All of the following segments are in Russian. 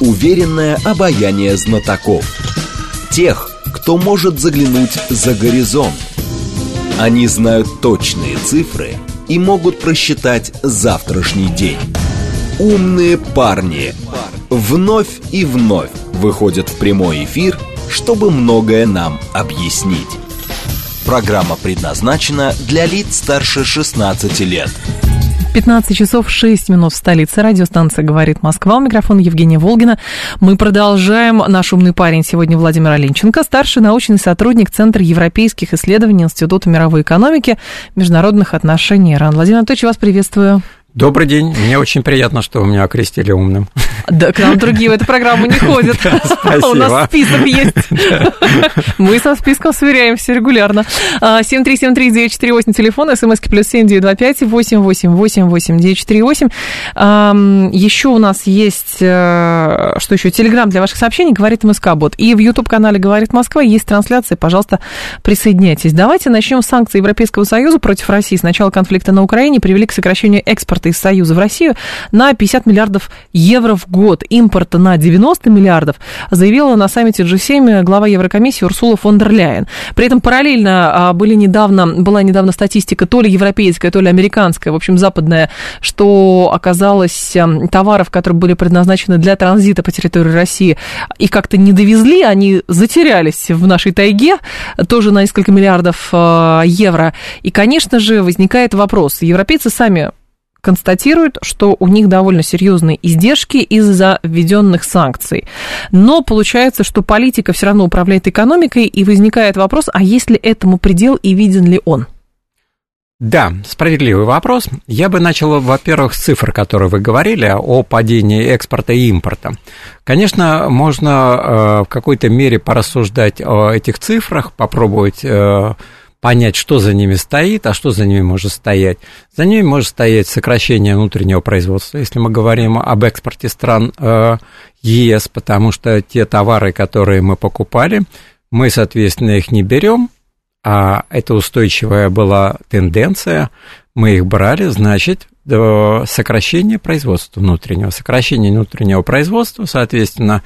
уверенное обаяние знатоков. Тех, кто может заглянуть за горизонт. Они знают точные цифры и могут просчитать завтрашний день. Умные парни вновь и вновь выходят в прямой эфир, чтобы многое нам объяснить. Программа предназначена для лиц старше 16 лет. 15 часов 6 минут в столице. Радиостанция «Говорит Москва». У микрофона Евгения Волгина. Мы продолжаем. Наш умный парень сегодня Владимир Оленченко, старший научный сотрудник Центра европейских исследований Института мировой экономики, международных отношений РАН. Владимир Анатольевич, вас приветствую. Добрый день. Мне очень приятно, что вы меня окрестили умным. Да, к нам другие в эту программу не ходят. Спасибо. У нас список есть. Мы со списком сверяемся регулярно. 7373948, телефон, смски +7 925 888 8948. Еще у нас есть, что еще, телеграм для ваших сообщений, говорит МСК-бот. И в YouTube-канале «Говорит Москва» есть трансляция, пожалуйста, присоединяйтесь. Давайте начнем с санкций Европейского Союза против России. С начала конфликта на Украине привели к сокращению экспорта из Союза в Россию на 50 миллиардов евро в год, импорта на 90 миллиардов, заявила на саммите G7 глава Еврокомиссии Урсула фон дер Ляйен. При этом параллельно была недавно статистика то ли европейская, то ли американская, в общем, западная, что оказалось товаров, которые были предназначены для транзита по территории России, их как-то не довезли, они затерялись в нашей тайге, тоже на несколько миллиардов евро. И, конечно же, возникает вопрос. Европейцы сами констатируют, что у них довольно серьезные издержки из-за введенных санкций. Но получается, что политика все равно управляет экономикой, и возникает вопрос, а есть ли этому предел и виден ли он? Да, справедливый вопрос. Я бы начал, во-первых, с цифр, которые вы говорили, о падении экспорта и импорта. Конечно, можно в какой-то мере порассуждать о этих цифрах, попробовать понять, что за ними стоит, а что за ними может стоять. За ними может стоять сокращение внутреннего производства, если мы говорим об экспорте стран ЕС, потому что те товары, которые мы покупали, мы, соответственно, их не берем, а это устойчивая была тенденция, мы их брали, значит, сокращение производства внутреннего. Сокращение внутреннего производства, соответственно,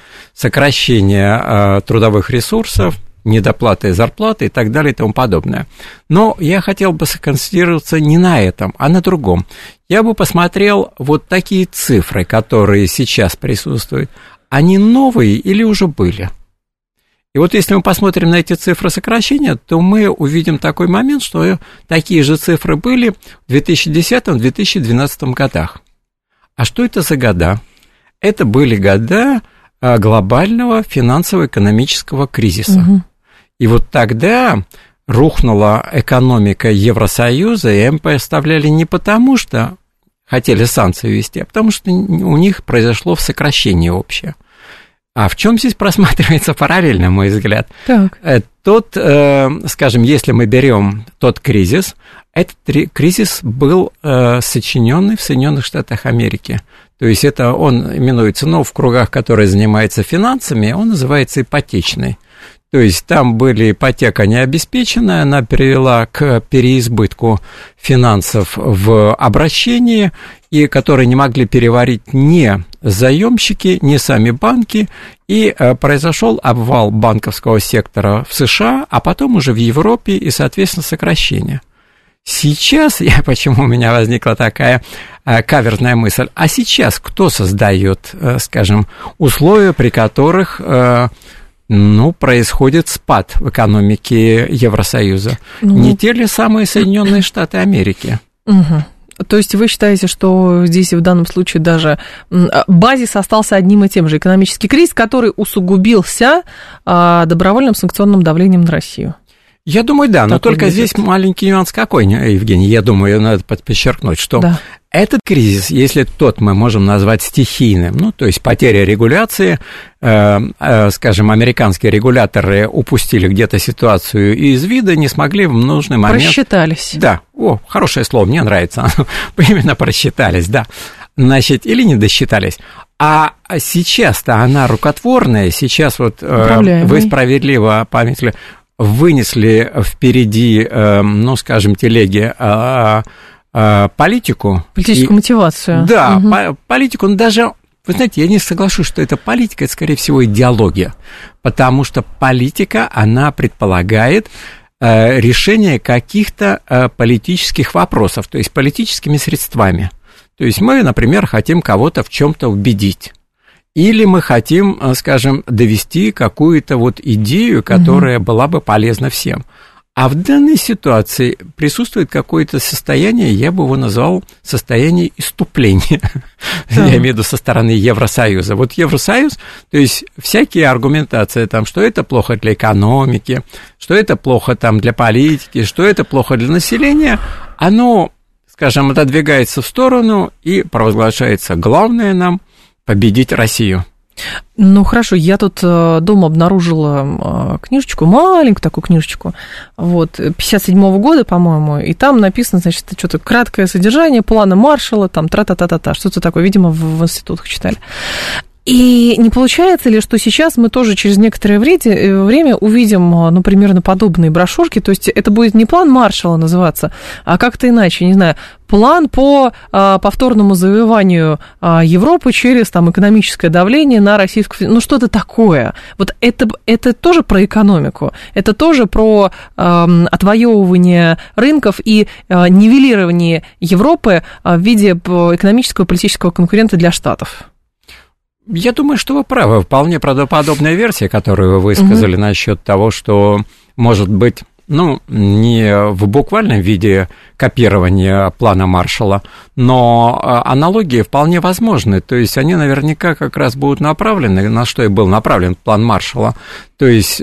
сокращение трудовых ресурсов, недоплаты зарплаты и так далее и тому подобное. Но я хотел бы сконцентрироваться не на этом, а на другом. Я бы посмотрел вот такие цифры, которые сейчас присутствуют. Они новые или уже были? И вот если мы посмотрим на эти цифры сокращения, то мы увидим такой момент, что такие же цифры были в 2010-2012 годах. А что это за года? Это были года глобального финансово-экономического кризиса. Угу. И вот тогда рухнула экономика Евросоюза, и им поставляли не потому, что хотели санкции ввести, а потому что у них произошло сокращение общее. А в чем здесь просматривается параллель, на мой взгляд? Так. Скажем, если мы берем тот кризис, этот кризис был сочиненный в Соединенных Штатах Америки. То есть это он именуется, в кругах, которые занимаются финансами, он называется ипотечный. То есть там были ипотека необеспеченная, она привела к переизбытку финансов в обращении, и которые не могли переварить ни заемщики, ни сами банки, и произошел обвал банковского сектора в США, а потом уже в Европе, и, соответственно, сокращение. Сейчас, почему у меня возникла такая каверзная мысль, а сейчас кто создает, скажем, условия, при которых происходит спад в экономике Евросоюза? Не те ли самые Соединенные Штаты Америки? Угу. То есть вы считаете, что здесь в данном случае даже базис остался одним и тем же, экономический кризис, который усугубился добровольным санкционным давлением на Россию? Я думаю, да, но только здесь маленький нюанс какой, Евгений, я думаю, надо подчеркнуть, что этот кризис, если тот мы можем назвать стихийным, то есть потеря регуляции, скажем, американские регуляторы упустили где-то ситуацию из вида, не смогли в нужный момент... Просчитались. Да, хорошее слово, мне нравится, именно просчитались, да, значит, или не досчитались. А сейчас-то она рукотворная, сейчас вы справедливо пометили, вынесли впереди, скажем, телеги политику. Политическую мотивацию. Да, политику, даже Вы знаете, я не соглашусь, что это политика, это, скорее всего, идеология, потому что политика, она предполагает решение каких-то политических вопросов, то есть политическими средствами. То есть мы, например, хотим кого-то в чем-то убедить. Или мы хотим, скажем, довести какую-то вот идею, которая была бы полезна всем. А в данной ситуации присутствует какое-то состояние, я бы его назвал состояние исступления, я имею в виду со стороны Евросоюза. Вот Евросоюз, то есть всякие аргументации, там, что это плохо для экономики, что это плохо там, для политики, что это плохо для населения, оно, скажем, отодвигается в сторону и провозглашается: главное нам победить Россию. Ну, хорошо, я тут дома обнаружила книжечку, маленькую такую книжечку, вот, 57-го года, по-моему, и там написано, значит, что-то краткое содержание плана Маршалла, там, тра-та-та-та-та, что-то такое, видимо, в институтах читали. И не получается ли, что сейчас мы тоже через некоторое время увидим, ну, примерно подобные брошюрки, то есть это будет не план Маршалла называться, а как-то иначе, не знаю, план по повторному завоеванию Европы через там экономическое давление на Российскую Федерацию, ну, что-то такое. Вот это тоже про экономику, это тоже про отвоевывание рынков и нивелирование Европы в виде экономического и политического конкурента для Штатов. Я думаю, что вы правы. Вполне правдоподобная версия, которую вы высказали насчет того, что, может быть, ну, не в буквальном виде копирования плана Маршалла, но аналогии вполне возможны. То есть они наверняка как раз будут направлены, на что и был направлен план Маршалла, то есть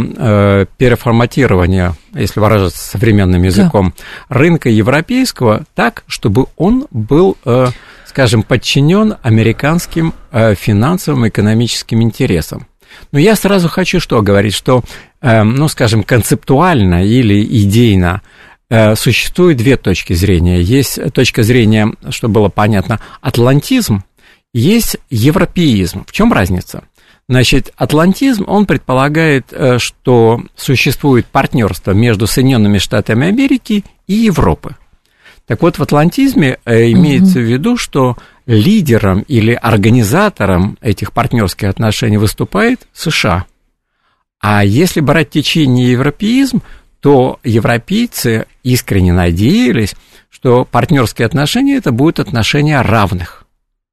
переформатирование, если выражаться современным языком, рынка европейского так, чтобы он был, скажем, подчинен американским финансовым и экономическим интересам. Но я сразу хочу что говорить, что, ну, скажем, концептуально или идейно существует две точки зрения. Есть точка зрения, чтобы было понятно, атлантизм, есть европеизм. В чем разница? Значит, атлантизм, он предполагает, что существует партнерство между Соединенными Штатами Америки и Европой. Так вот, в атлантизме имеется в виду, что лидером или организатором этих партнерских отношений выступает США. А если брать течение европеизм, то европейцы искренне надеялись, что партнерские отношения это будут отношения равных.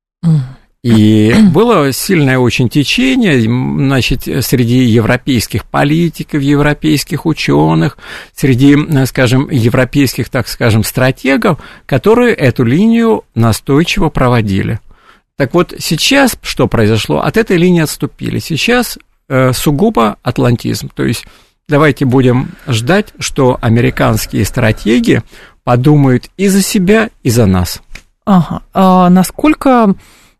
И было сильное очень течение, значит, среди европейских политиков, европейских ученых, среди, скажем, европейских, так скажем, стратегов, которые эту линию настойчиво проводили. Так вот, сейчас что произошло? От этой линии отступили. Сейчас сугубо атлантизм. То есть давайте будем ждать, что американские стратеги подумают и за себя, и за нас. Ага. А насколько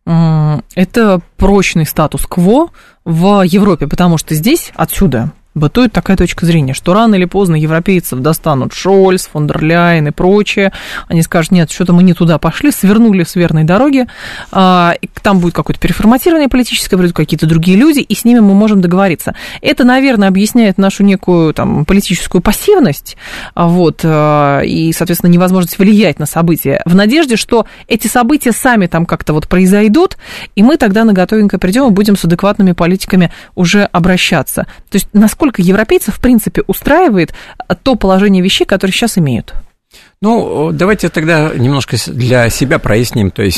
это прочный статус-кво в Европе, потому что здесь, отсюда, бытует такая точка зрения, что рано или поздно европейцев достанут Шольц, фон дер Ляйен и прочее. Они скажут: нет, что-то мы не туда пошли, свернули с верной дороги, там будет какое-то переформатирование политическое, придут какие-то другие люди, и с ними мы можем договориться. Это, наверное, объясняет нашу некую там политическую пассивность, вот, и, соответственно, невозможность влиять на события, в надежде, что эти события сами там как-то вот произойдут, и мы тогда наготовенько придем и будем с адекватными политиками уже обращаться. То есть, насколько европейцев, в принципе, устраивает то положение вещей, которые сейчас имеют? Ну, давайте тогда немножко для себя проясним. То есть,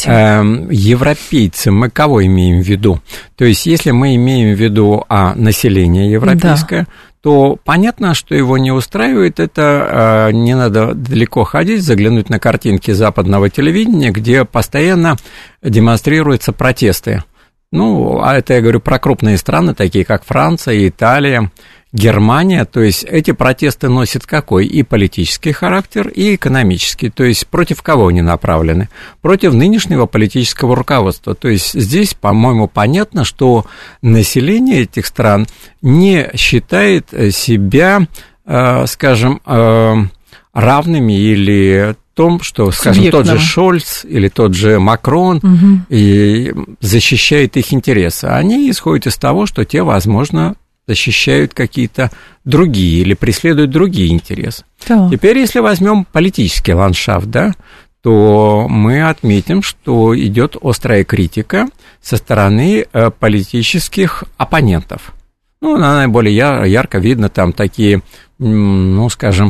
европейцы, мы кого имеем в виду? То есть, если мы имеем в виду население европейское, то понятно, что его не устраивает. Это не надо далеко ходить, заглянуть на картинки западного телевидения, где постоянно демонстрируются протесты. Ну, а это я говорю про крупные страны, такие как Франция, Италия, Германия. То есть эти протесты носят какой? И политический характер, и экономический. То есть против кого они направлены? Против нынешнего политического руководства. То есть здесь, по-моему, понятно, что население этих стран не считает себя, скажем, равными или том, что, скажем, тот же Шольц или тот же Макрон и защищает их интересы. Они исходят из того, что те, возможно, защищают какие-то другие или преследуют другие интересы. Да. Теперь, если возьмем политический ландшафт, да, то мы отметим, что идет острая критика со стороны политических оппонентов. Ну, наиболее ярко видно там такие, ну, скажем,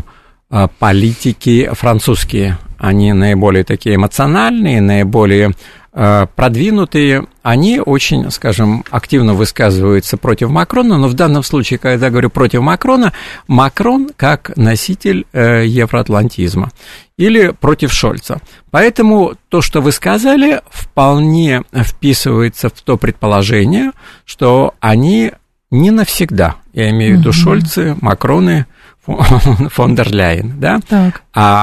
политики французские. Они наиболее такие эмоциональные, наиболее продвинутые. Они очень, скажем, активно высказываются против Макрона, но в данном случае, когда я говорю против Макрона, Макрон как носитель евроатлантизма или против Шольца. Поэтому то, что вы сказали, вполне вписывается в то предположение, что они не навсегда, я имею в виду Шольцы, Макроны, фон дер Ляйен, да? Так.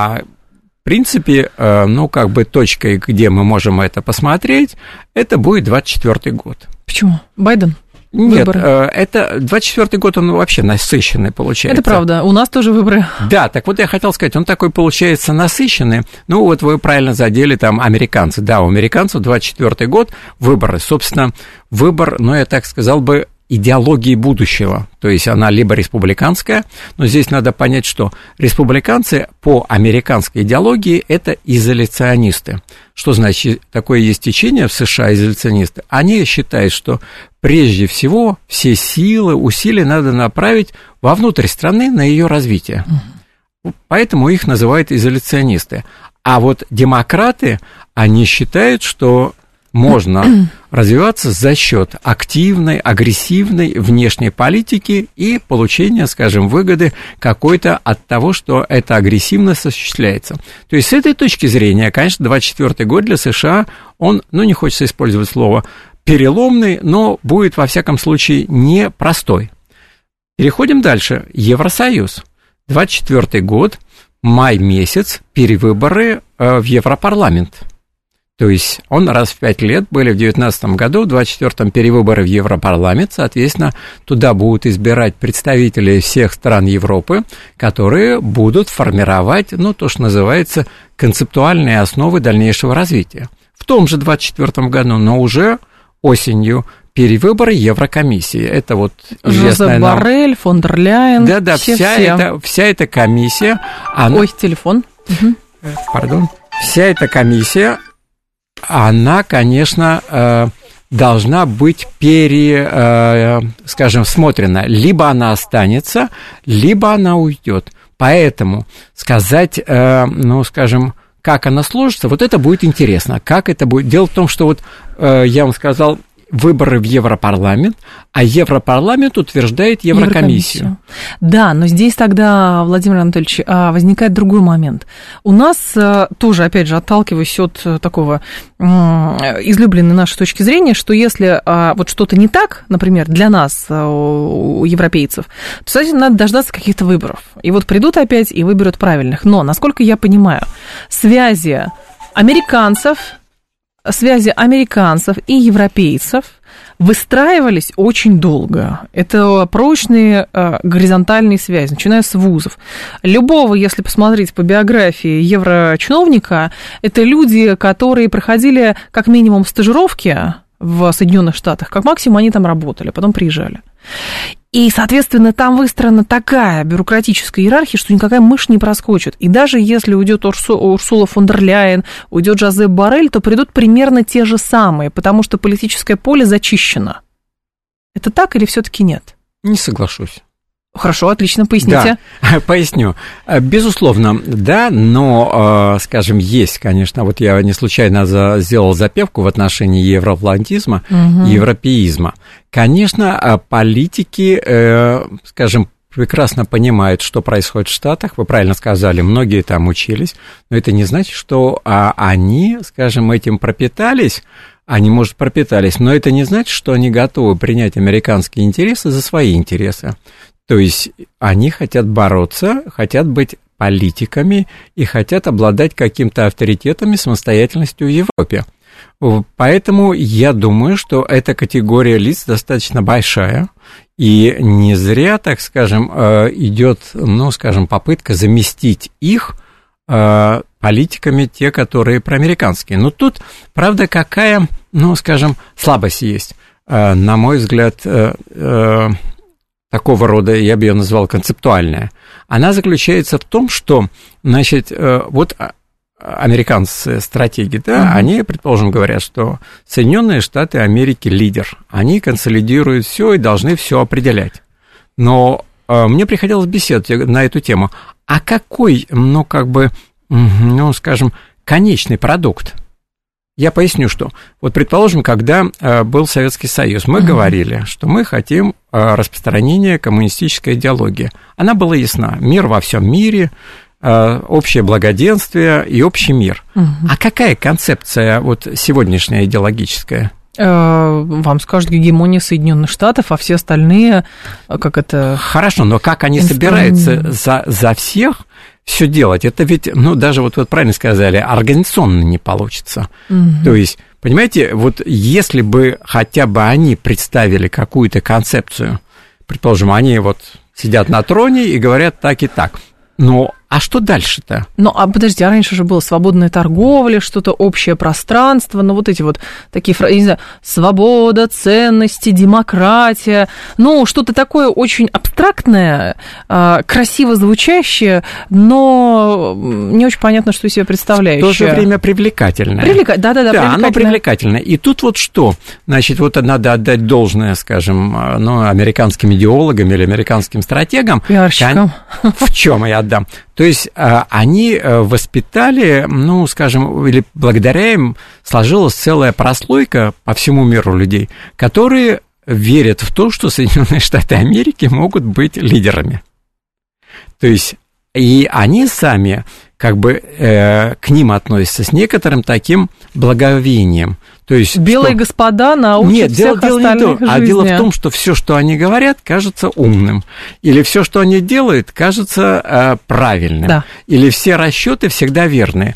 В принципе, ну, как бы точкой, где мы можем это посмотреть, это будет 24-й год. Почему? Байден? Нет, это 24-й год, он вообще насыщенный получается. Это правда, у нас тоже выборы. Да, так вот я хотел сказать, он такой получается насыщенный. Ну, вот вы правильно задели там американцы. Да, у американцев 24-й год выборы. Собственно, выбор, ну, я так сказал бы, идеологии будущего, то есть она либо республиканская, но здесь надо понять, что республиканцы по американской идеологии – это изоляционисты. Что значит, такое есть течение в США, изоляционисты? Они считают, что прежде всего все силы, усилия надо направить вовнутрь страны на ее развитие. Поэтому их называют изоляционисты. А вот демократы, они считают, что можно развиваться за счет активной, агрессивной внешней политики и получения, скажем, выгоды какой-то от того, что эта агрессивность осуществляется. То есть с этой точки зрения, конечно, 24-й год для США, он, ну, не хочется использовать слово переломный, но будет, во всяком случае, непростой. Переходим дальше. Евросоюз. 24-й год, май месяц, перевыборы в Европарламент. То есть он раз в 5 лет были в 2019 году, в 2024 перевыборы в Европарламент, соответственно, туда будут избирать представителей всех стран Европы, которые будут формировать, ну, то, что называется, концептуальные основы дальнейшего развития. В том же 2024 году, но уже осенью, перевыборы Еврокомиссии. Это вот известная нам... Боррель, фон дер Ляйен. Да-да, вся эта комиссия... Она... Ой, телефон. Пардон. Вся эта комиссия... она, конечно, должна быть скажем, смотрена. Либо она останется, либо она уйдет. Поэтому сказать, ну, скажем, как она сложится, вот это будет интересно. Как это будет? Дело в том, что вот я вам сказал, выборы в Европарламент, а Европарламент утверждает Еврокомиссию. Да, но здесь тогда, Владимир Анатольевич, возникает другой момент. У нас тоже, опять же, отталкиваясь от такого излюбленной нашей точки зрения, что если вот что-то не так, например, для нас, у европейцев, то, кстати, надо дождаться каких-то выборов. И вот придут опять и выберут правильных. Но, насколько я понимаю, связи американцев и европейцев выстраивались очень долго. Это прочные горизонтальные связи, начиная с вузов. Любого, если посмотреть по биографии еврочиновника, это люди, которые проходили как минимум стажировки в Соединенных Штатах, как максимум они там работали, потом приезжали. И, соответственно, там выстроена такая бюрократическая иерархия, что никакая мышь не проскочит. И даже если уйдет Урсула фон дер Ляйен, уйдет Жозеп Боррель, то придут примерно те же самые, потому что политическое поле зачищено. Это так или все-таки нет? Не соглашусь. Хорошо, отлично, поясните. Да, поясню. Безусловно, да, но, скажем, есть, конечно, вот я не случайно сделал запевку в отношении евроатлантизма, европеизма. Конечно, политики, скажем, прекрасно понимают, что происходит в Штатах, вы правильно сказали, многие там учились, но это не значит, что они, скажем, этим пропитались. Они, может, пропитались, но это не значит, что они готовы принять американские интересы за свои интересы. То есть они хотят бороться, хотят быть политиками и хотят обладать каким-то авторитетом и самостоятельностью в Европе. Поэтому я думаю, что эта категория лиц достаточно большая, и не зря, так скажем, идет, ну, скажем, попытка заместить их политиками, те, которые проамериканские. Но тут, правда, какая, ну, скажем, слабость есть. На мой взгляд, такого рода, я бы ее назвал концептуальная. Она заключается в том, что, значит, вот американцы стратеги, да, они, предположим, говорят, что Соединенные Штаты Америки лидер, они консолидируют все и должны все определять. Но мне приходилось беседовать на эту тему. А какой, скажем, конечный продукт? Я поясню, что. Вот, предположим, когда был Советский Союз, мы говорили, что мы хотим распространения коммунистической идеологии. Она была ясна. Мир во всем мире, общее благоденствие и общий мир. А какая концепция вот сегодняшняя идеологическая? Вам скажут гегемония Соединенных Штатов, а все остальные, как это... Хорошо, но как они собираются за всех все делать? Это ведь, даже вот правильно сказали, организационно не получится. То есть, понимаете, вот если бы хотя бы они представили какую-то концепцию, предположим, они вот сидят на троне и говорят так и так, но а что дальше-то? Подожди, а раньше же была свободная торговля, что-то общее пространство, вот эти вот такие фразы, я не знаю, свобода, ценности, демократия, что-то такое очень абстрактное, красиво звучащее, но не очень понятно, что из себя представляющее. В то же время привлекательное. Да, привлекательное. Оно привлекательное. И тут вот что? Значит, вот надо отдать должное, скажем, американским идеологам или американским стратегам. Пиарщикам. В чем я отдам? То есть они воспитали, скажем, или благодаря им сложилась целая прослойка по всему миру людей, которые верят в то, что Соединенные Штаты Америки могут быть лидерами. То есть и они сами к ним относятся с некоторым таким благовением. То есть, белые господа научат всех остальных жизни. А дело в том, что все, что они говорят, кажется умным. Или все, что они делают, кажется правильным. Да. Или все расчеты всегда верные.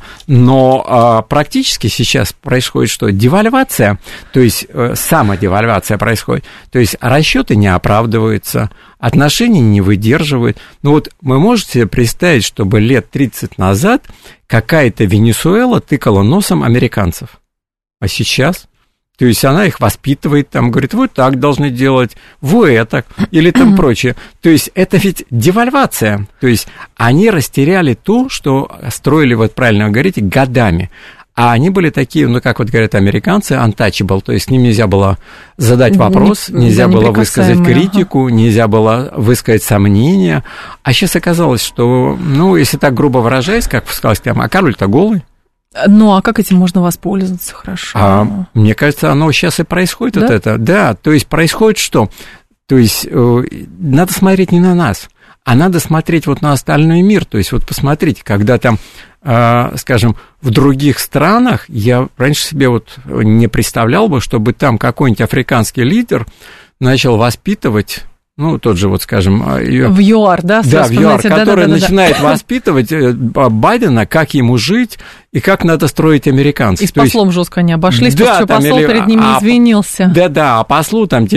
Но практически сейчас происходит что? Девальвация, то есть самодевальвация происходит. То есть расчеты не оправдываются, отношения не выдерживают. Вы можете себе представить, чтобы лет 30 назад какая-то Венесуэла тыкала носом американцев? А сейчас? То есть она их воспитывает, говорит, вы так должны делать, вы это, или прочее. То есть это ведь девальвация. То есть они растеряли то, что строили, правильно вы говорите, годами. А они были такие, как говорят американцы, untouchable, то есть с ним нельзя было задать вопрос, нельзя было высказать критику, нельзя было высказать сомнения. А сейчас оказалось, что, если так грубо выражаясь, как сказалось, а король-то голый. А как этим можно воспользоваться хорошо? Мне кажется, оно сейчас и происходит, да? Это. Да, то есть происходит что? То есть надо смотреть не на нас, а надо смотреть на остальной мир. То есть посмотрите, когда скажем, в других странах, я раньше себе не представлял бы, чтобы там какой-нибудь африканский лидер начал воспитывать... тот же, скажем... В ЮАР, да? Да, в ЮАР, который начинает воспитывать Байдена, как ему жить и как надо строить американцев. И с послом жестко не обошлись, потому что посол перед ними извинился. Да, а послу когда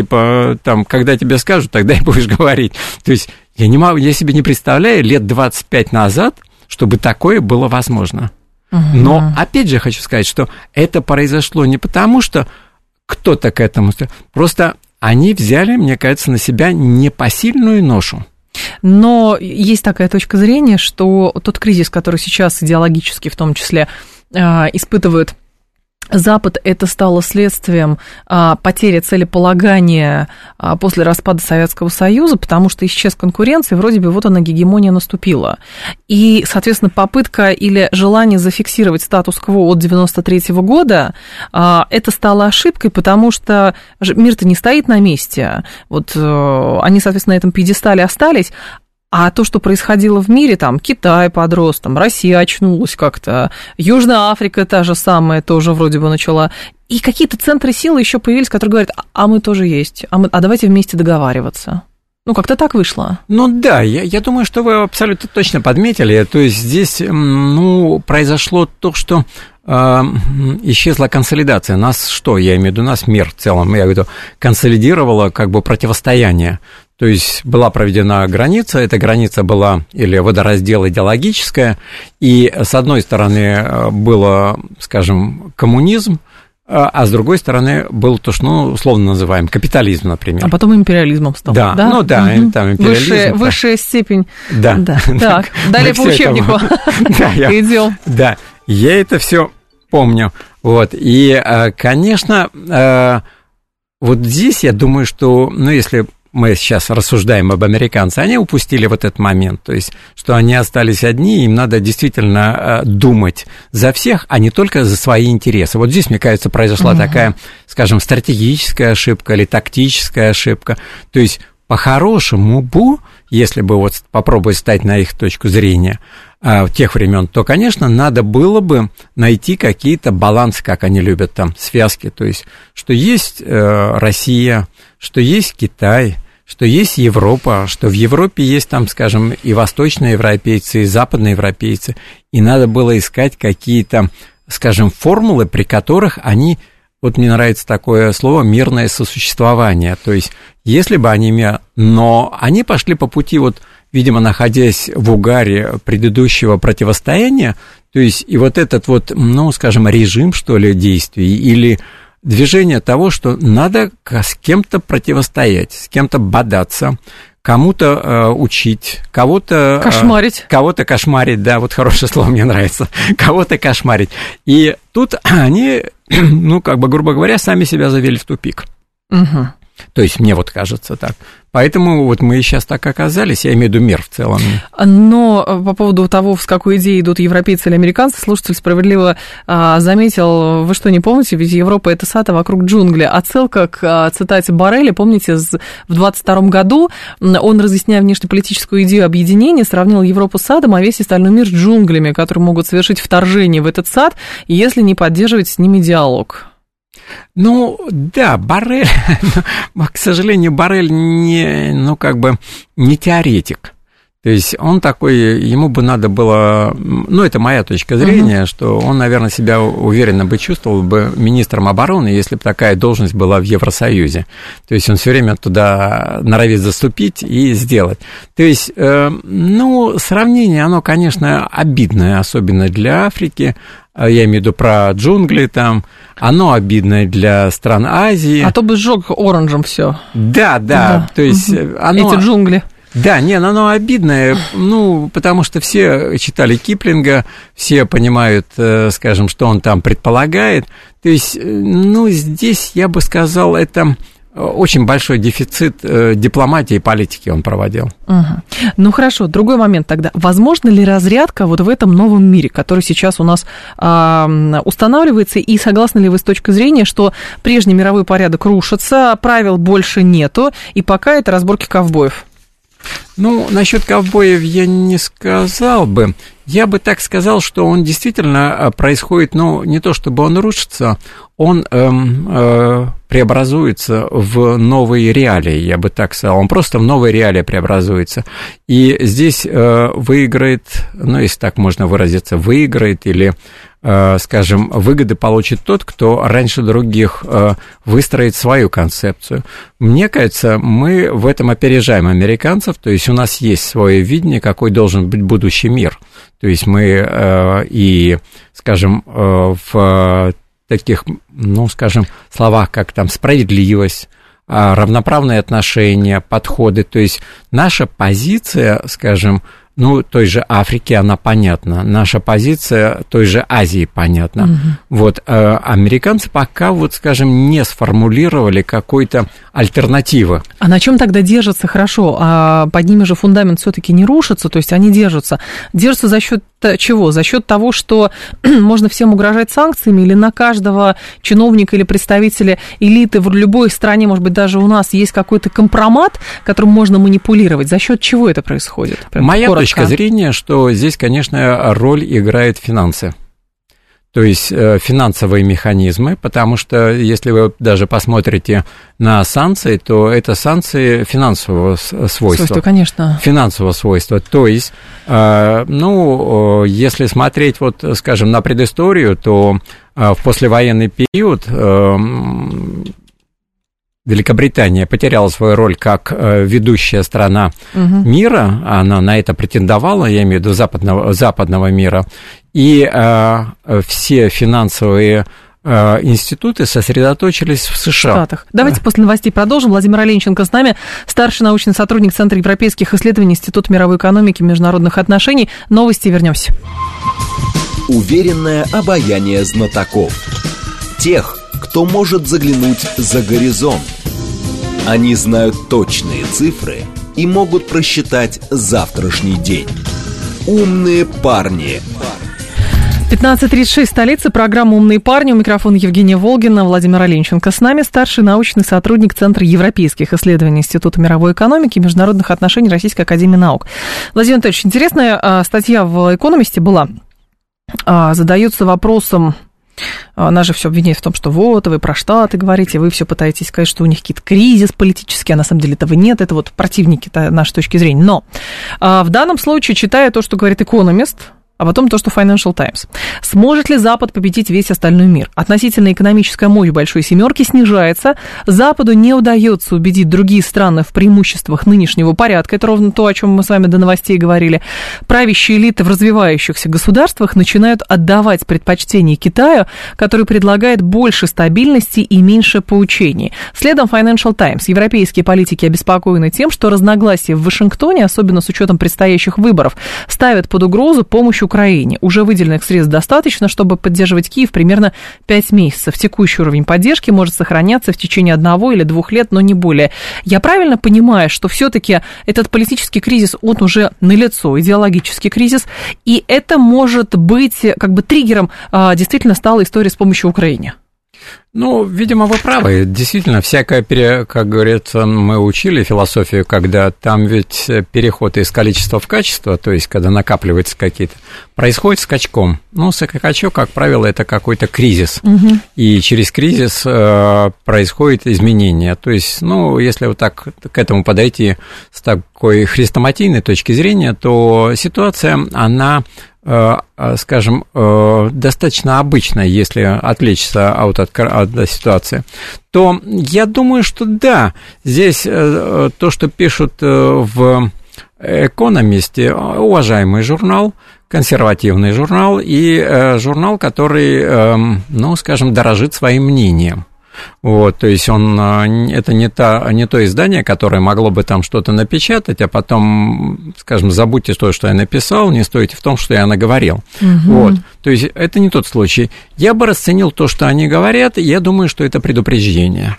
тебе скажут, тогда и будешь говорить. То есть я себе не представляю лет 25 назад, чтобы такое было возможно. Но, опять же, хочу сказать, что это произошло не потому, что кто-то к этому... Просто... Они взяли, мне кажется, на себя непосильную ношу. Но есть такая точка зрения, что тот кризис, который сейчас идеологически в том числе испытывает Запад, это стало следствием потери целеполагания после распада Советского Союза, потому что исчез конкуренция, и вроде бы она гегемония наступила. И, соответственно, попытка или желание зафиксировать статус-кво от 1993 года, это стало ошибкой, потому что мир-то не стоит на месте. Они, соответственно, на этом пьедестале остались. А то, что происходило в мире, Китай подрос, Россия очнулась как-то, Южная Африка та же самая тоже вроде бы начала. И какие-то центры силы еще появились, которые говорят, а мы тоже есть, а давайте вместе договариваться. Как-то так вышло. Да, я думаю, что вы абсолютно точно подметили. То есть здесь, произошло то, что исчезла консолидация. Я имею в виду мир в целом, я говорю, консолидировало противостояние. То есть была проведена граница, эта граница была или водораздел идеологическая, и с одной стороны было, скажем, коммунизм, а с другой стороны был то, что, условно называем, капитализм, например. А потом империализмом стал, да? Империализм. Высшая степень. Да. Так, далее по учебнику идем. Да. Я это все помню. Вот. И, конечно, вот здесь я думаю, что, ну, если мы сейчас рассуждаем об американцах, они упустили вот этот момент, то есть, что они остались одни, им надо действительно думать за всех, а не только за свои интересы. Вот здесь, мне кажется, произошла такая, скажем, стратегическая ошибка или тактическая ошибка. То есть, по-хорошему, если бы вот попробовать стать на их точку зрения тех времен, то, конечно, надо было бы найти какие-то балансы, как они любят там, связки, то есть, что есть Россия, что есть Китай, что есть Европа, что в Европе есть там, скажем, и восточные европейцы, и западные европейцы, и надо было искать какие-то, скажем, формулы, при которых они, вот мне нравится такое слово, мирное сосуществование, то есть, если бы они, но они пошли по пути, вот, видимо, находясь в угаре предыдущего противостояния, то есть, и вот этот вот, ну, скажем, режим, что ли, действий, или движение того, что надо с кем-то противостоять, с кем-то бодаться, кому-то учить, кого-то... Кошмарить. Кого-то кошмарить, да, вот хорошее слово мне нравится, кого-то кошмарить. И тут они, ну, как бы, грубо говоря, сами себя завели в тупик. Угу. То есть, мне вот кажется так. Поэтому вот мы и сейчас так оказались, я имею в виду мир в целом. Но по поводу того, с какой идеей идут европейцы или американцы, слушатель справедливо заметил, вы что, не помните, ведь Европа – это сад, а вокруг джунгли. Отсылка к цитате Борреля, помните, в 22 году он, разъясняя внешнеполитическую идею объединения, сравнил Европу с садом, а весь остальной мир с джунглями, которые могут совершить вторжение в этот сад, если не поддерживать с ними диалог. Ну, да, Боррель, к сожалению, Боррель не, ну, как бы, не теоретик. То есть он такой, ему бы надо было, ну, это моя точка зрения, что он, наверное, себя уверенно бы чувствовал бы министром обороны, если бы такая должность была в Евросоюзе. То есть он все время туда норовит заступить и сделать. То есть, ну, сравнение, оно, конечно, обидное, особенно для Африки. Я имею в виду про джунгли там, оно обидное для стран Азии. А то бы сжег оранжем все. Да, то есть оно... Эти джунгли. Да, не, оно обидное, ну, потому что все читали Киплинга, все понимают, скажем, что он там предполагает. То есть, ну, здесь, я бы сказал, это... Очень большой дефицит дипломатии и политики он проводил. Угу. Ну, хорошо, другой момент тогда. Возможно ли разрядка вот в этом новом мире, который сейчас у нас устанавливается, и согласны ли вы с точки зрения, что прежний мировой порядок рушится, правил больше нету, и пока это разборки ковбоев? Ну, насчет ковбоев я не сказал бы. Я бы так сказал, что он действительно происходит, ну, не то чтобы он рушится, он преобразуется в новые реалии, я бы так сказал. Он просто в новые реалии преобразуется. И здесь выиграет, ну, если так можно выразиться, выиграет или, скажем, выгоды получит тот, кто раньше других выстроит свою концепцию. Мне кажется, мы в этом опережаем американцев, то есть у нас есть свое видение, какой должен быть будущий мир. То есть мы и, скажем, в таких, ну, скажем, словах, как там справедливость, равноправные отношения, подходы, то есть наша позиция, скажем, ну, той же Африки, она понятна, наша позиция той же Азии понятна. Угу. Вот, американцы пока, вот, скажем, не сформулировали какой-то альтернативы. А на чем тогда держатся хорошо? А под ними же фундамент все-таки не рушится, то есть они держатся. Держатся за счет чего? За счет того, что можно всем угрожать санкциями, или на каждого чиновника или представителя элиты в любой стране, может быть, даже у нас есть какой-то компромат, которым можно манипулировать. За счет чего это происходит? Моя точка зрения, что здесь, конечно, роль играет финансы. То есть финансовые механизмы, потому что если вы даже посмотрите на санкции, то это санкции финансового свойства. Конечно. Финансового свойства. То есть, ну, если смотреть, вот, скажем, на предысторию, то в послевоенный период Великобритания потеряла свою роль как ведущая страна мира, она на это претендовала, я имею в виду западного мира, и все финансовые институты сосредоточились в США. В Штатах. Давайте после новостей продолжим. Владимир Оленченко с нами, старший научный сотрудник Центра европейских исследований, Институт мировой экономики и международных отношений. Новости, вернемся. уверенное обаяние знатоков. Тех, кто может заглянуть за горизонт. Они знают точные цифры и могут просчитать завтрашний день. Умные парни. 15:36, столица, программа «Умные парни». У микрофона Евгения Волгина, Владимир Оленченко. С нами старший научный сотрудник Центра европейских исследований Института мировой экономики и международных отношений Российской академии наук. Владимир Анатольевич, интересная статья в «Экономисте» была. Задается вопросом, нас же все обвиняют в том, что вот, вы про Штаты говорите, вы все пытаетесь сказать, что у них какие-то кризис политический, а на самом деле этого нет, это вот противники нашей точки зрения. Но в данном случае, читая то, что говорит «Экономист», а потом то, что Financial Times. Сможет ли Запад победить весь остальной мир? Относительно экономическая мощь Большой Семерки снижается. Западу не удается убедить другие страны в преимуществах нынешнего порядка. Это ровно то, о чем мы с вами до новостей говорили. Правящие элиты в развивающихся государствах начинают отдавать предпочтение Китаю, который предлагает больше стабильности и меньше поучений. Следом Financial Times. Европейские политики обеспокоены тем, что разногласия в Вашингтоне, особенно с учетом предстоящих выборов, ставят под угрозу помощь Украине. Уже выделенных средств достаточно, чтобы поддерживать Киев примерно 5 месяцев. Текущий уровень поддержки может сохраняться в течение 1 или 2 лет, но не более. Я правильно понимаю, что все-таки этот политический кризис, он уже налицо, идеологический кризис, и это может быть как бы триггером, действительно стала история с помощью Украине? Ну, видимо, вы правы. Действительно, всякое, как говорится, мы учили философию, когда там ведь переход из количества в качество, то есть когда накапливаются какие-то, происходит скачком. Ну, скачок, как правило, это какой-то кризис. Угу. И через кризис происходит изменение. То есть, ну, если вот так к этому подойти с такой хрестоматийной точки зрения, то ситуация, она, скажем, достаточно обычная, если отвлечься от ситуации, то я думаю, что да, здесь то, что пишут в «Экономисте», уважаемый журнал, консервативный журнал и журнал, который, ну, скажем, дорожит своим мнением. Вот, то есть это не то издание, которое могло бы там что-то напечатать, а потом, скажем, забудьте то, что я написал, не стойте в том, что я наговорил. Угу. Вот, то есть это не тот случай. Я бы расценил то, что они говорят, и я думаю, что это предупреждение.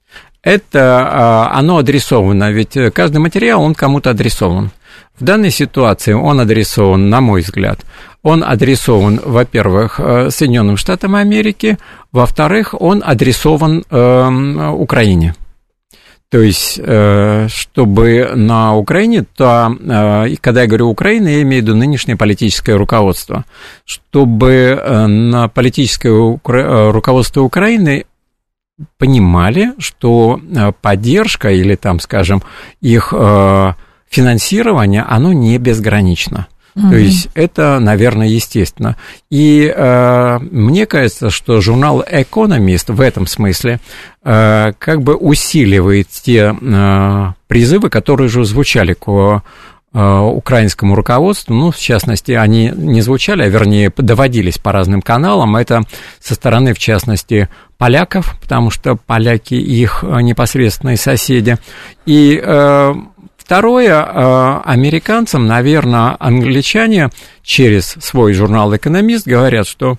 Это оно адресовано, ведь каждый материал, он кому-то адресован. В данной ситуации он адресован, на мой взгляд, он адресован, во-первых, Соединенным Штатам Америки, во-вторых, он адресован Украине. То есть, чтобы на Украине, когда я говорю Украина, я имею в виду нынешнее политическое руководство, чтобы на политическое руководство Украины понимали, что поддержка или, там, скажем, их финансирование, оно не безгранично. То есть это, наверное, естественно. И мне кажется, что журнал «Экономист» в этом смысле как бы усиливает те призывы, которые уже звучали к украинскому руководству, ну, в частности, они не звучали, а вернее доводились по разным каналам, это со стороны, в частности, поляков, потому что поляки их непосредственные соседи, и второе, американцам, наверное, англичане через свой журнал «Экономист» говорят, что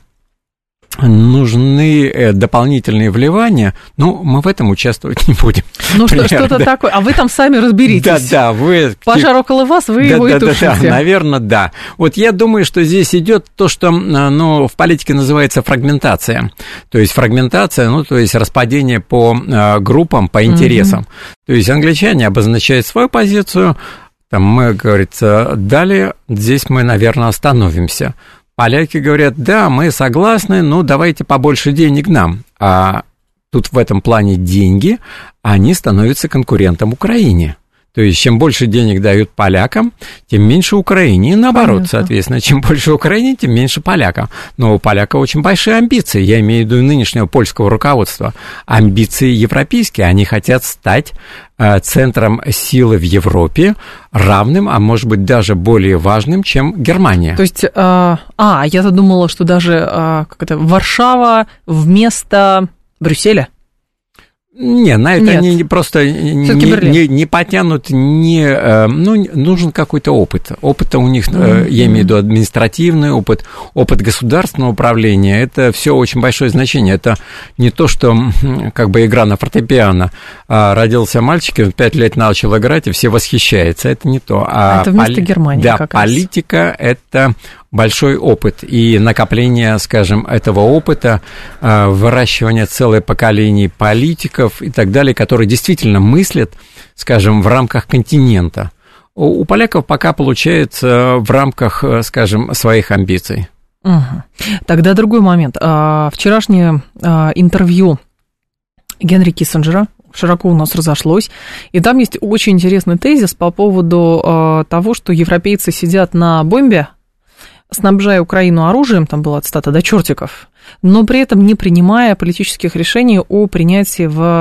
нужны дополнительные вливания, но мы в этом участвовать не будем. Ну, что-то такое, а вы там сами разберитесь. Да, вы... Пожар около вас, вы его и тушите. Да, наверное, да. Вот я думаю, что здесь идет то, что, ну, в политике называется фрагментация. То есть фрагментация, ну, то есть распадение по группам, по интересам. То есть англичане обозначают свою позицию, там мы, говорится, далее, здесь мы, наверное, остановимся. Поляки говорят, да, мы согласны, но давайте побольше денег нам. А тут в этом плане деньги, они становятся конкурентом Украине. То есть, чем больше денег дают полякам, тем меньше Украине. И наоборот, понятно. Соответственно, чем больше Украине, тем меньше полякам. Но у поляка очень большие амбиции. Я имею в виду нынешнего польского руководства. Амбиции европейские. Они хотят стать центром силы в Европе, равным, а может быть даже более важным, чем Германия. То есть, я-то думала, что даже Варшава вместо Брюсселя. Не, на это они просто не потянут, нужен какой-то опыт. Опыт у них, я имею в виду административный опыт, опыт государственного управления, это все очень большое значение. Это не то, что как бы игра на фортепиано. Родился мальчик, и он 5 лет начал играть, и все восхищаются. Это не то. Это вместо Германии да, как раз. Политика – это большой опыт, и накопление, скажем, этого опыта, выращивание целое поколений политиков и так далее, которые действительно мыслят, скажем, в рамках континента. У поляков пока получается в рамках, скажем, своих амбиций. Угу. Тогда другой момент. Вчерашнее интервью Генри Киссинджера широко у нас разошлось, и там есть очень интересный тезис по поводу того, что европейцы сидят на бомбе, снабжая Украину оружием, там была цитата, до чертиков, но при этом не принимая политических решений о принятии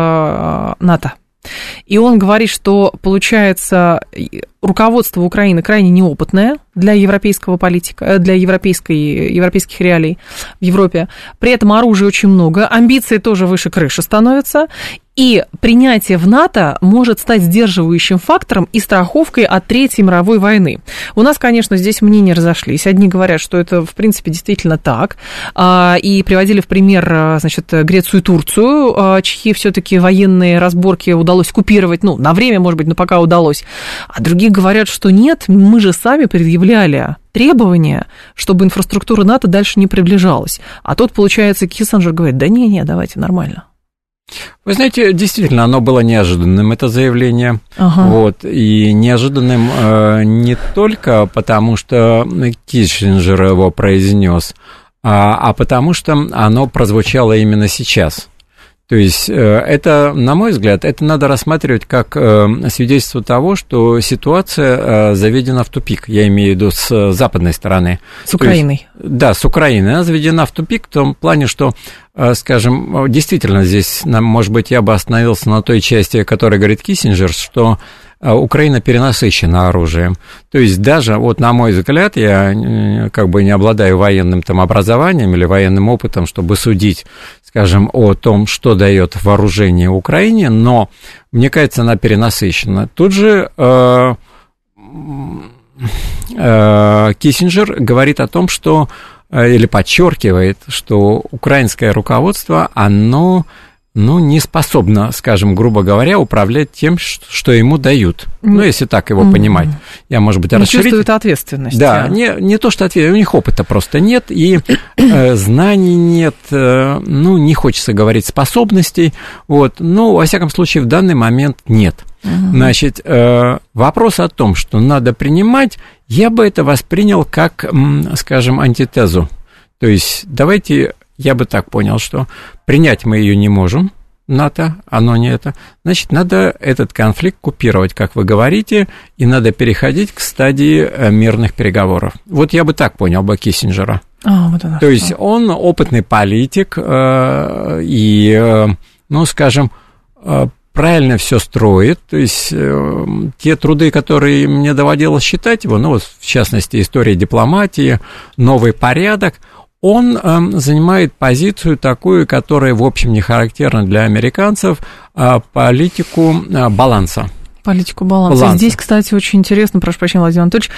в НАТО. И он говорит, что, получается, руководство Украины крайне неопытное для европейского политика, для европейских реалий в Европе. При этом оружия очень много, амбиции тоже выше крыши становятся, и принятие в НАТО может стать сдерживающим фактором и страховкой от Третьей мировой войны. У нас, конечно, здесь мнения разошлись. Одни говорят, что это, в принципе, действительно так, и приводили в пример, значит, Грецию и Турцию, чьи все-таки военные разборки удалось купировать, ну, на время, может быть, но пока удалось. А другие говорят, что нет, мы же сами предъявляли требования, чтобы инфраструктура НАТО дальше не приближалась. А тут, получается, Киссинджер говорит, да не, давайте, нормально. Вы знаете, действительно, оно было неожиданным, это заявление, вот, и неожиданным не только потому, что Киссинджер его произнес, а потому что оно прозвучало именно сейчас. То есть это, на мой взгляд, это надо рассматривать как свидетельство того, что ситуация заведена в тупик, я имею в виду с западной стороны. С Украиной. Да, с Украиной. Она заведена в тупик в том плане, что, скажем, действительно здесь, может быть, я бы остановился на той части, о которой говорит Киссинджер, что Украина перенасыщена оружием. То есть даже, вот на мой взгляд, я как бы не обладаю военным там образованием или военным опытом, чтобы судить, скажем, о том, что дает вооружение Украине, но, мне кажется, она перенасыщена. Тут же Киссинджер говорит о том, что, или подчеркивает, что украинское руководство, оно не способно, скажем, грубо говоря, управлять тем, что ему дают. Ну, если так его понимать. Я, может быть, расширить. Не чувствует ответственности. Да, не то, что ответственность, у них опыта просто нет, и знаний нет, не хочется говорить способностей, вот, но, во всяком случае, в данный момент нет. Значит, вопрос о том, что надо принимать, я бы это воспринял как, скажем, антитезу. То есть, давайте... Я бы так понял, что принять мы ее не можем, НАТО, оно не это. Значит, надо этот конфликт купировать, как вы говорите, и надо переходить к стадии мирных переговоров. Вот я бы так понял бы Киссинджера. Вот это. То есть он опытный политик и, скажем, правильно все строит. То есть те труды, которые мне доводилось читать его, вот в частности история дипломатии, новый порядок, он занимает позицию такую, которая, в общем, не характерна для американцев, политику баланса. Политику баланса. Здесь, кстати, очень интересно, прошу прощения, Владимир Анатольевич,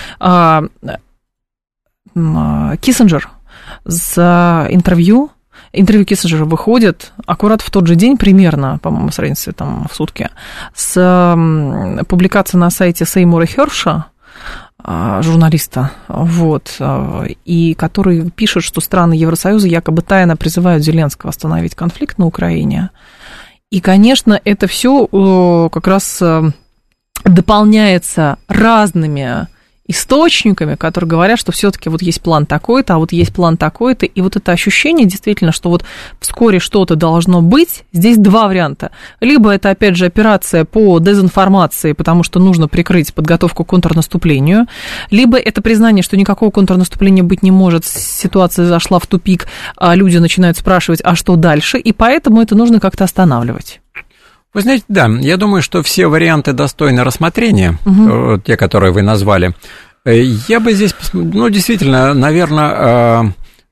Киссинджер за интервью Киссинджера выходит аккурат в тот же день примерно, по-моему, с разницей там в сутки, с публикацией на сайте Сеймура Херша, журналиста, вот, и который пишет, что страны Евросоюза якобы тайно призывают Зеленского остановить конфликт на Украине. И, конечно, это все как раз дополняется разными источниками, которые говорят, что все-таки вот есть план такой-то, а вот есть план такой-то, и вот это ощущение действительно, что вот вскоре что-то должно быть, здесь два варианта. Либо это, опять же, операция по дезинформации, потому что нужно прикрыть подготовку к контрнаступлению, либо это признание, что никакого контрнаступления быть не может, ситуация зашла в тупик, а люди начинают спрашивать, а что дальше, и поэтому это нужно как-то останавливать. Вы знаете, да, я думаю, что все варианты достойны рассмотрения, те, которые вы назвали. Я бы здесь, действительно, наверное,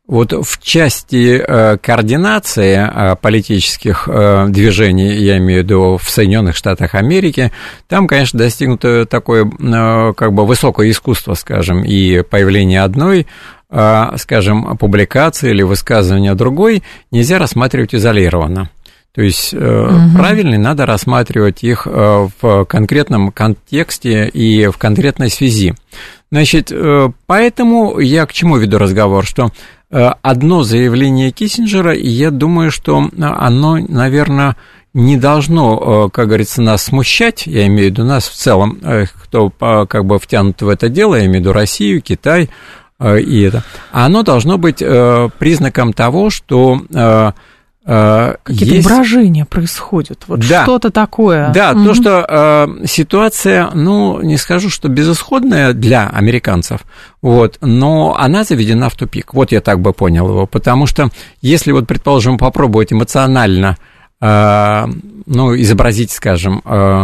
Вот в части координации политических движений, я имею в виду в Соединенных Штатах Америки, там, конечно, достигнуто такое как бы высокое искусство, скажем, и появление одной, скажем, публикации или высказывания другой нельзя рассматривать изолированно. То есть правильно, надо рассматривать их в конкретном контексте и в конкретной связи. Значит, поэтому я к чему веду разговор, что одно заявление Киссинджера, и я думаю, что оно, наверное, не должно, как говорится, нас смущать, я имею в виду нас в целом, кто как бы втянут в это дело, я имею в виду Россию, Китай и это, а оно должно быть признаком того, что какие-то брожения происходят, вот да, что-то такое. Да, то, что ситуация, ну, не скажу, что безысходная для американцев, вот, но она заведена в тупик. Вот я так бы понял его, потому что если, вот, предположим, попробовать эмоционально, ну, изобразить, скажем,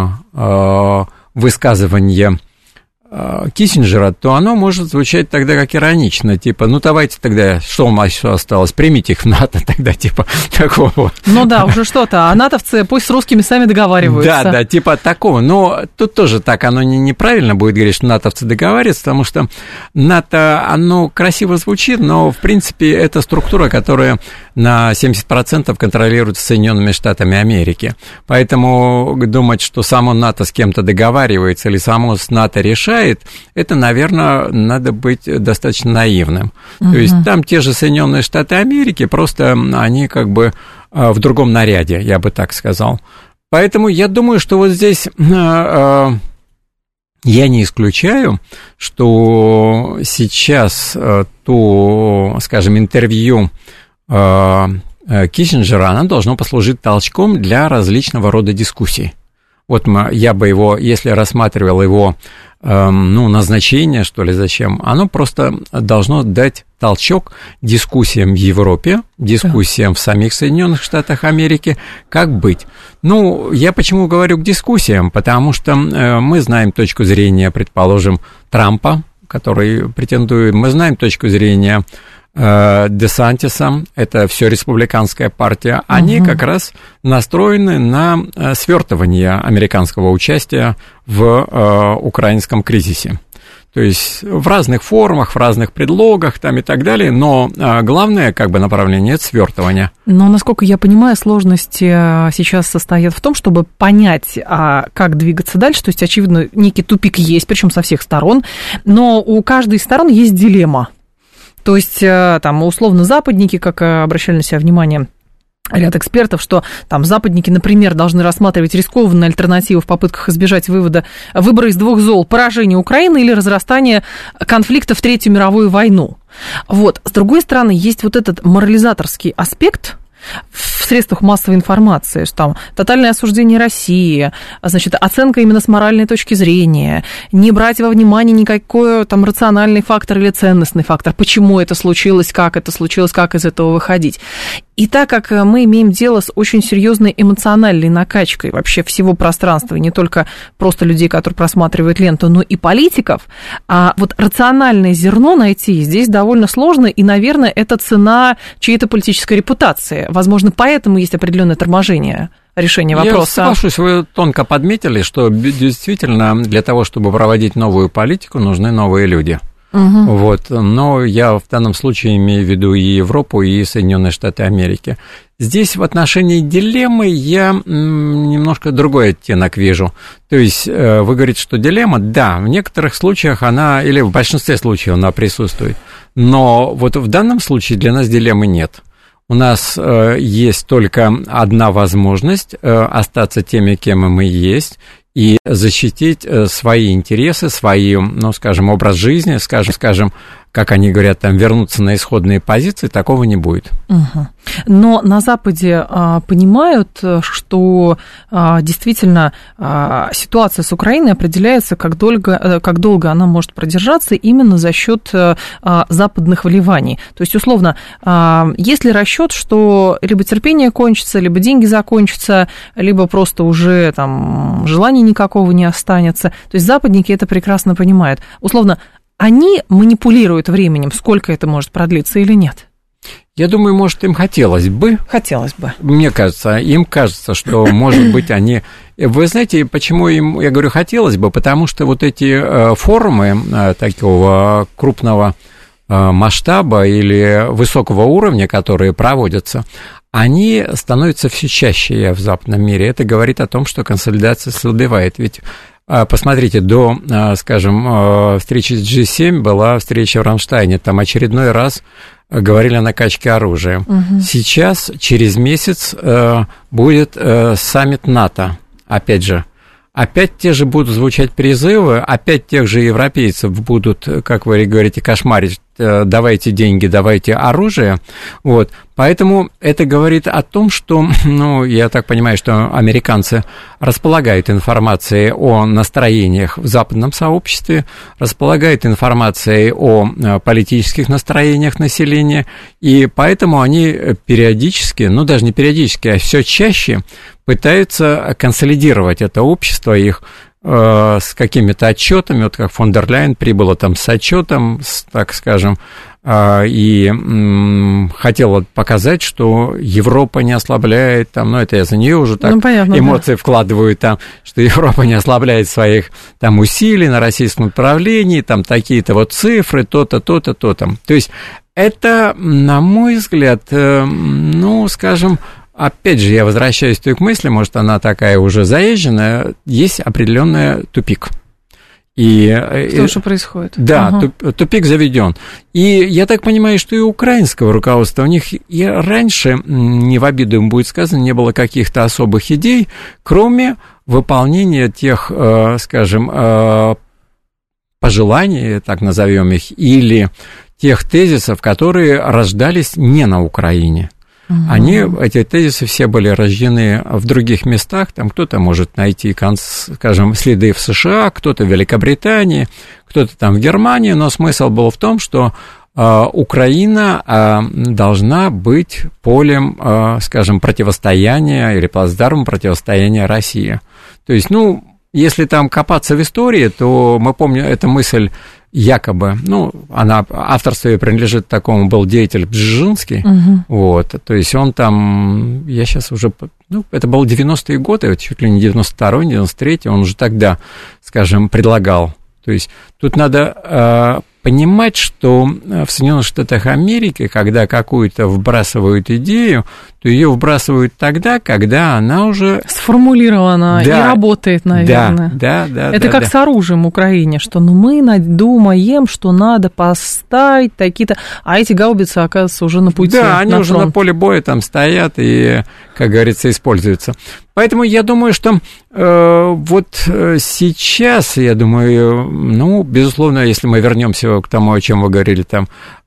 высказывание Киссинджера, то оно может звучать тогда как иронично, типа, ну давайте тогда, что у нас еще осталось, примите их в НАТО тогда, типа, такого. Ну да, уже что-то, а натовцы пусть с русскими сами договариваются. Да, типа такого, но тут тоже так, оно неправильно будет говорить, что натовцы договариваются, потому что НАТО, оно красиво звучит, но, в принципе, это структура, которая на 70% контролируется Соединенными Штатами Америки, поэтому думать, что само НАТО с кем-то договаривается или само с НАТО решает, это, наверное, надо быть достаточно наивным. То есть там те же Соединенные Штаты Америки, просто они как бы в другом наряде, я бы так сказал. Поэтому я думаю, что вот здесь я не исключаю, что сейчас то, скажем, интервью Киссинджера, оно должно послужить толчком для различного рода дискуссий. Вот я бы его, если рассматривал его, ну, назначение, что ли, зачем, оно просто должно дать толчок дискуссиям в Европе, дискуссиям в самих Соединенных Штатах Америки, как быть. Ну, я почему говорю к дискуссиям, потому что мы знаем точку зрения, предположим, Трампа, который претендует, мы знаем точку зрения Десантиса, это все республиканская партия, они как раз настроены на свертывание американского участия в украинском кризисе. То есть в разных формах, в разных предлогах там и так далее, но главное как бы направление – это свертывание. Но, насколько я понимаю, сложности сейчас состоят в том, чтобы понять, как двигаться дальше. То есть, очевидно, некий тупик есть, причем со всех сторон, но у каждой из сторон есть дилемма. То есть, там, условно, западники, как обращали на себя внимание ряд экспертов, что там западники, например, должны рассматривать рискованные альтернативы в попытках избежать выбора из двух зол: поражение Украины или разрастание конфликта в Третью мировую войну. Вот. С другой стороны, есть вот этот морализаторский аспект в средствах массовой информации, что там тотальное осуждение России, значит, оценка именно с моральной точки зрения, не брать во внимание никакой там рациональный фактор или ценностный фактор, почему это случилось, как из этого выходить. И так как мы имеем дело с очень серьезной эмоциональной накачкой вообще всего пространства, и не только просто людей, которые просматривают ленту, но и политиков, вот рациональное зерно найти здесь довольно сложно, и, наверное, это цена чьей-то политической репутации. Возможно, поэтому есть определенное торможение решения вопроса. Я соглашусь, вы тонко подметили, что действительно для того, чтобы проводить новую политику, нужны новые люди. Вот. Но я в данном случае имею в виду и Европу, и Соединенные Штаты Америки. Здесь в отношении дилеммы я немножко другой оттенок вижу. То есть вы говорите, что дилемма, да, в некоторых случаях она, или в большинстве случаев она присутствует, но вот в данном случае для нас дилеммы нет. У нас есть только одна возможность остаться теми, кем мы есть, и защитить свои интересы, свои, ну, скажем, образ жизни, скажем, как они говорят, там, вернуться на исходные позиции, такого не будет. Но на Западе понимают, что действительно ситуация с Украиной определяется, как долго она может продержаться именно за счет западных вливаний. То есть, условно, есть ли расчет, что либо терпение кончится, либо деньги закончатся, либо просто уже там желания никакого не останется. То есть западники это прекрасно понимают. Условно, они манипулируют временем, сколько это может продлиться или нет? Я думаю, может, им хотелось бы. Хотелось бы. Мне кажется, им кажется, что, может быть, они... Вы знаете, почему им, я говорю, хотелось бы? Потому что вот эти форумы такого крупного масштаба или высокого уровня, которые проводятся, они становятся все чаще в западном мире. Это говорит о том, что консолидация слабевает. Ведь посмотрите, до, скажем, встречи с G7 была встреча в Рамштайне, там очередной раз говорили о накачке оружия. Угу. Сейчас, через месяц, будет саммит НАТО, опять же. Опять те же будут звучать призывы, опять тех же европейцев будут, как вы говорите, кошмарить, давайте деньги, давайте оружие. Вот. Поэтому это говорит о том, что, ну, я так понимаю, что американцы располагают информацией о настроениях в западном сообществе, располагают информацией о политических настроениях населения, и поэтому они периодически, ну, даже не периодически, а все чаще пытаются консолидировать это общество, их с какими-то отчетами, вот как фон дер Ляйен прибыла там с отчетом, так скажем, и хотела показать, что Европа не ослабляет, там, ну, это я за нее уже так понятно, эмоции вкладываю, там, что Европа не ослабляет своих там усилий на российском направлении, там такие-то вот цифры, то-то, то-то, то-то. То есть это, на мой взгляд, ну, скажем, опять же, я возвращаюсь к той мысли, может, она такая уже заезженная, есть определенный тупик. Что же происходит? Да, тупик заведен. И я так понимаю, что и у украинского руководства, у них и раньше, не в обиду им будет сказано, не было каких-то особых идей, кроме выполнения тех, скажем, пожеланий, так назовем их, или тех тезисов, которые рождались не на Украине. Эти тезисы все были рождены в других местах, там кто-то может найти, скажем, следы в США, кто-то в Великобритании, кто-то там в Германии, но смысл был в том, что Украина должна быть полем, скажем, противостояния или плацдармом противостояния России. То есть, ну, если там копаться в истории, то мы помним эту мысль якобы, ну, авторство ее принадлежит такому, был деятель Бжезинский, вот, то есть он там, я сейчас уже, ну, это был 90-е годы, чуть ли не 92-й, 93-й, он уже тогда, скажем, предлагал, то есть тут надо понимать, что в Соединенных Штатах Америки, когда какую-то вбрасывают идею, то ее вбрасывают тогда, когда она уже сформулирована, да, и работает, наверное. Да. Это как с оружием в Украине, что мы думаем, что надо поставить такие-то, а эти гаубицы, оказывается, уже на пути. Да, они уже на поле боя там стоят и, как говорится, используются. Поэтому я думаю, что вот сейчас, я думаю, ну, безусловно, если мы вернемся к тому, о чем вы говорили там,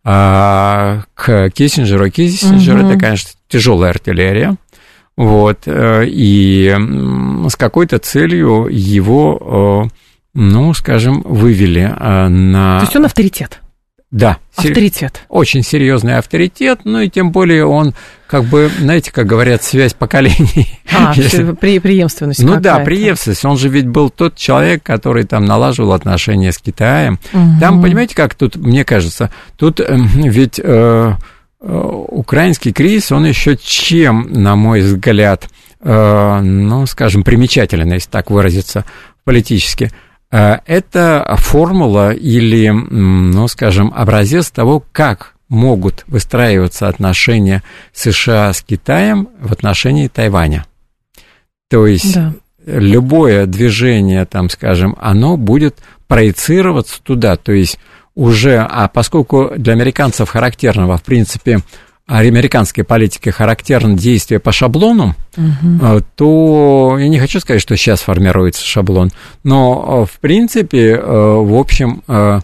к Киссинджеру. Киссинджер это, конечно, тяжелая артиллерия, вот, и с какой-то целью его, ну, скажем, вывели на... То есть он авторитет? Да. Авторитет. Очень серьезный авторитет, ну и тем более он, как бы, знаете, как говорят, связь поколений. Преемственность ну какая-то. Да, преемственность. Он же ведь был тот человек, который там налаживал отношения с Китаем. Там, понимаете, как тут, мне кажется, тут ведь украинский кризис, он еще чем, на мой взгляд, ну, скажем, примечателен, если так выразиться политически. Это формула или, ну, скажем, образец того, как могут выстраиваться отношения США с Китаем в отношении Тайваня. То есть любое движение, там, скажем, оно будет проецироваться туда, то есть уже, а поскольку для американцев характерного, в принципе, американской политике характерно действие по шаблону, то я не хочу сказать, что сейчас формируется шаблон, но, в принципе, в общем,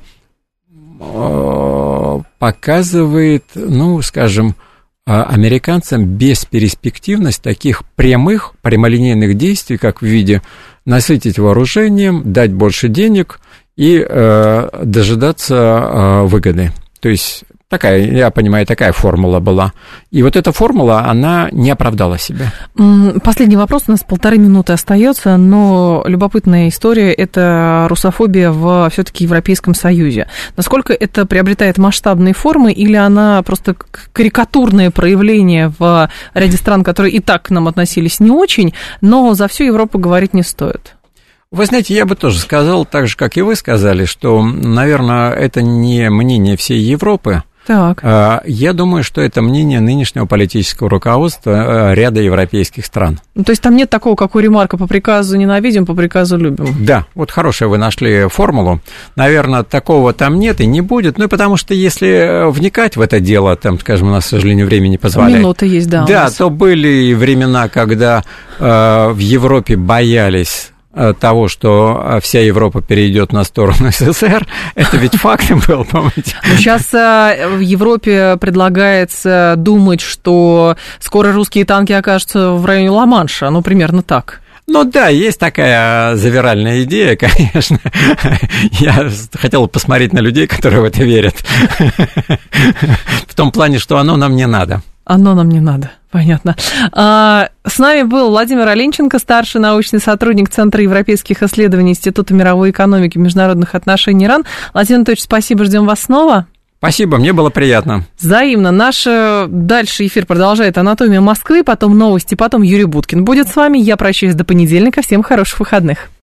показывает, ну, скажем, американцам бесперспективность таких прямолинейных действий, как в виде насытить вооружением, дать больше денег и дожидаться выгоды. То есть Такая, я понимаю, такая формула была. И вот эта формула, она не оправдала себя. Последний вопрос, у нас 1,5 минуты остается, но любопытная история – это русофобия в все-таки Европейском Союзе. Насколько это приобретает масштабные формы, или она просто карикатурное проявление в ряде стран, которые и так к нам относились не очень, но за всю Европу говорить не стоит? Вы знаете, я бы тоже сказал, так же, как и вы сказали, что, наверное, это не мнение всей Европы. Так. Я думаю, что это мнение нынешнего политического руководства ряда европейских стран. То есть там нет такого, как у Ремарка: по приказу ненавидим, по приказу любим. Да, вот хорошую вы нашли формулу. Наверное, такого там нет и не будет. Ну, и потому что если вникать в это дело, там, скажем, у нас, к сожалению, времени не позволяет. Минуты есть, да. Да, то были времена, когда в Европе боялись того, что вся Европа перейдет на сторону СССР. Это ведь фактом был, помните? Сейчас в Европе предлагается думать, что скоро русские танки окажутся в районе Ла-Манша. Ну, примерно так. Ну да, есть такая завиральная идея, конечно. Я хотел посмотреть на людей, которые в это верят. В том плане, что оно нам не надо. Оно нам не надо, понятно. С нами был Владимир Оленченко, старший научный сотрудник Центра европейских исследований Института мировой экономики и международных отношений РАН. Владимир Анатольевич, спасибо, ждем вас снова. Спасибо, мне было приятно. Взаимно. Наш дальше эфир продолжает «Анатомия Москвы», потом новости, потом Юрий Буткин будет с вами. Я прощаюсь до понедельника. Всем хороших выходных.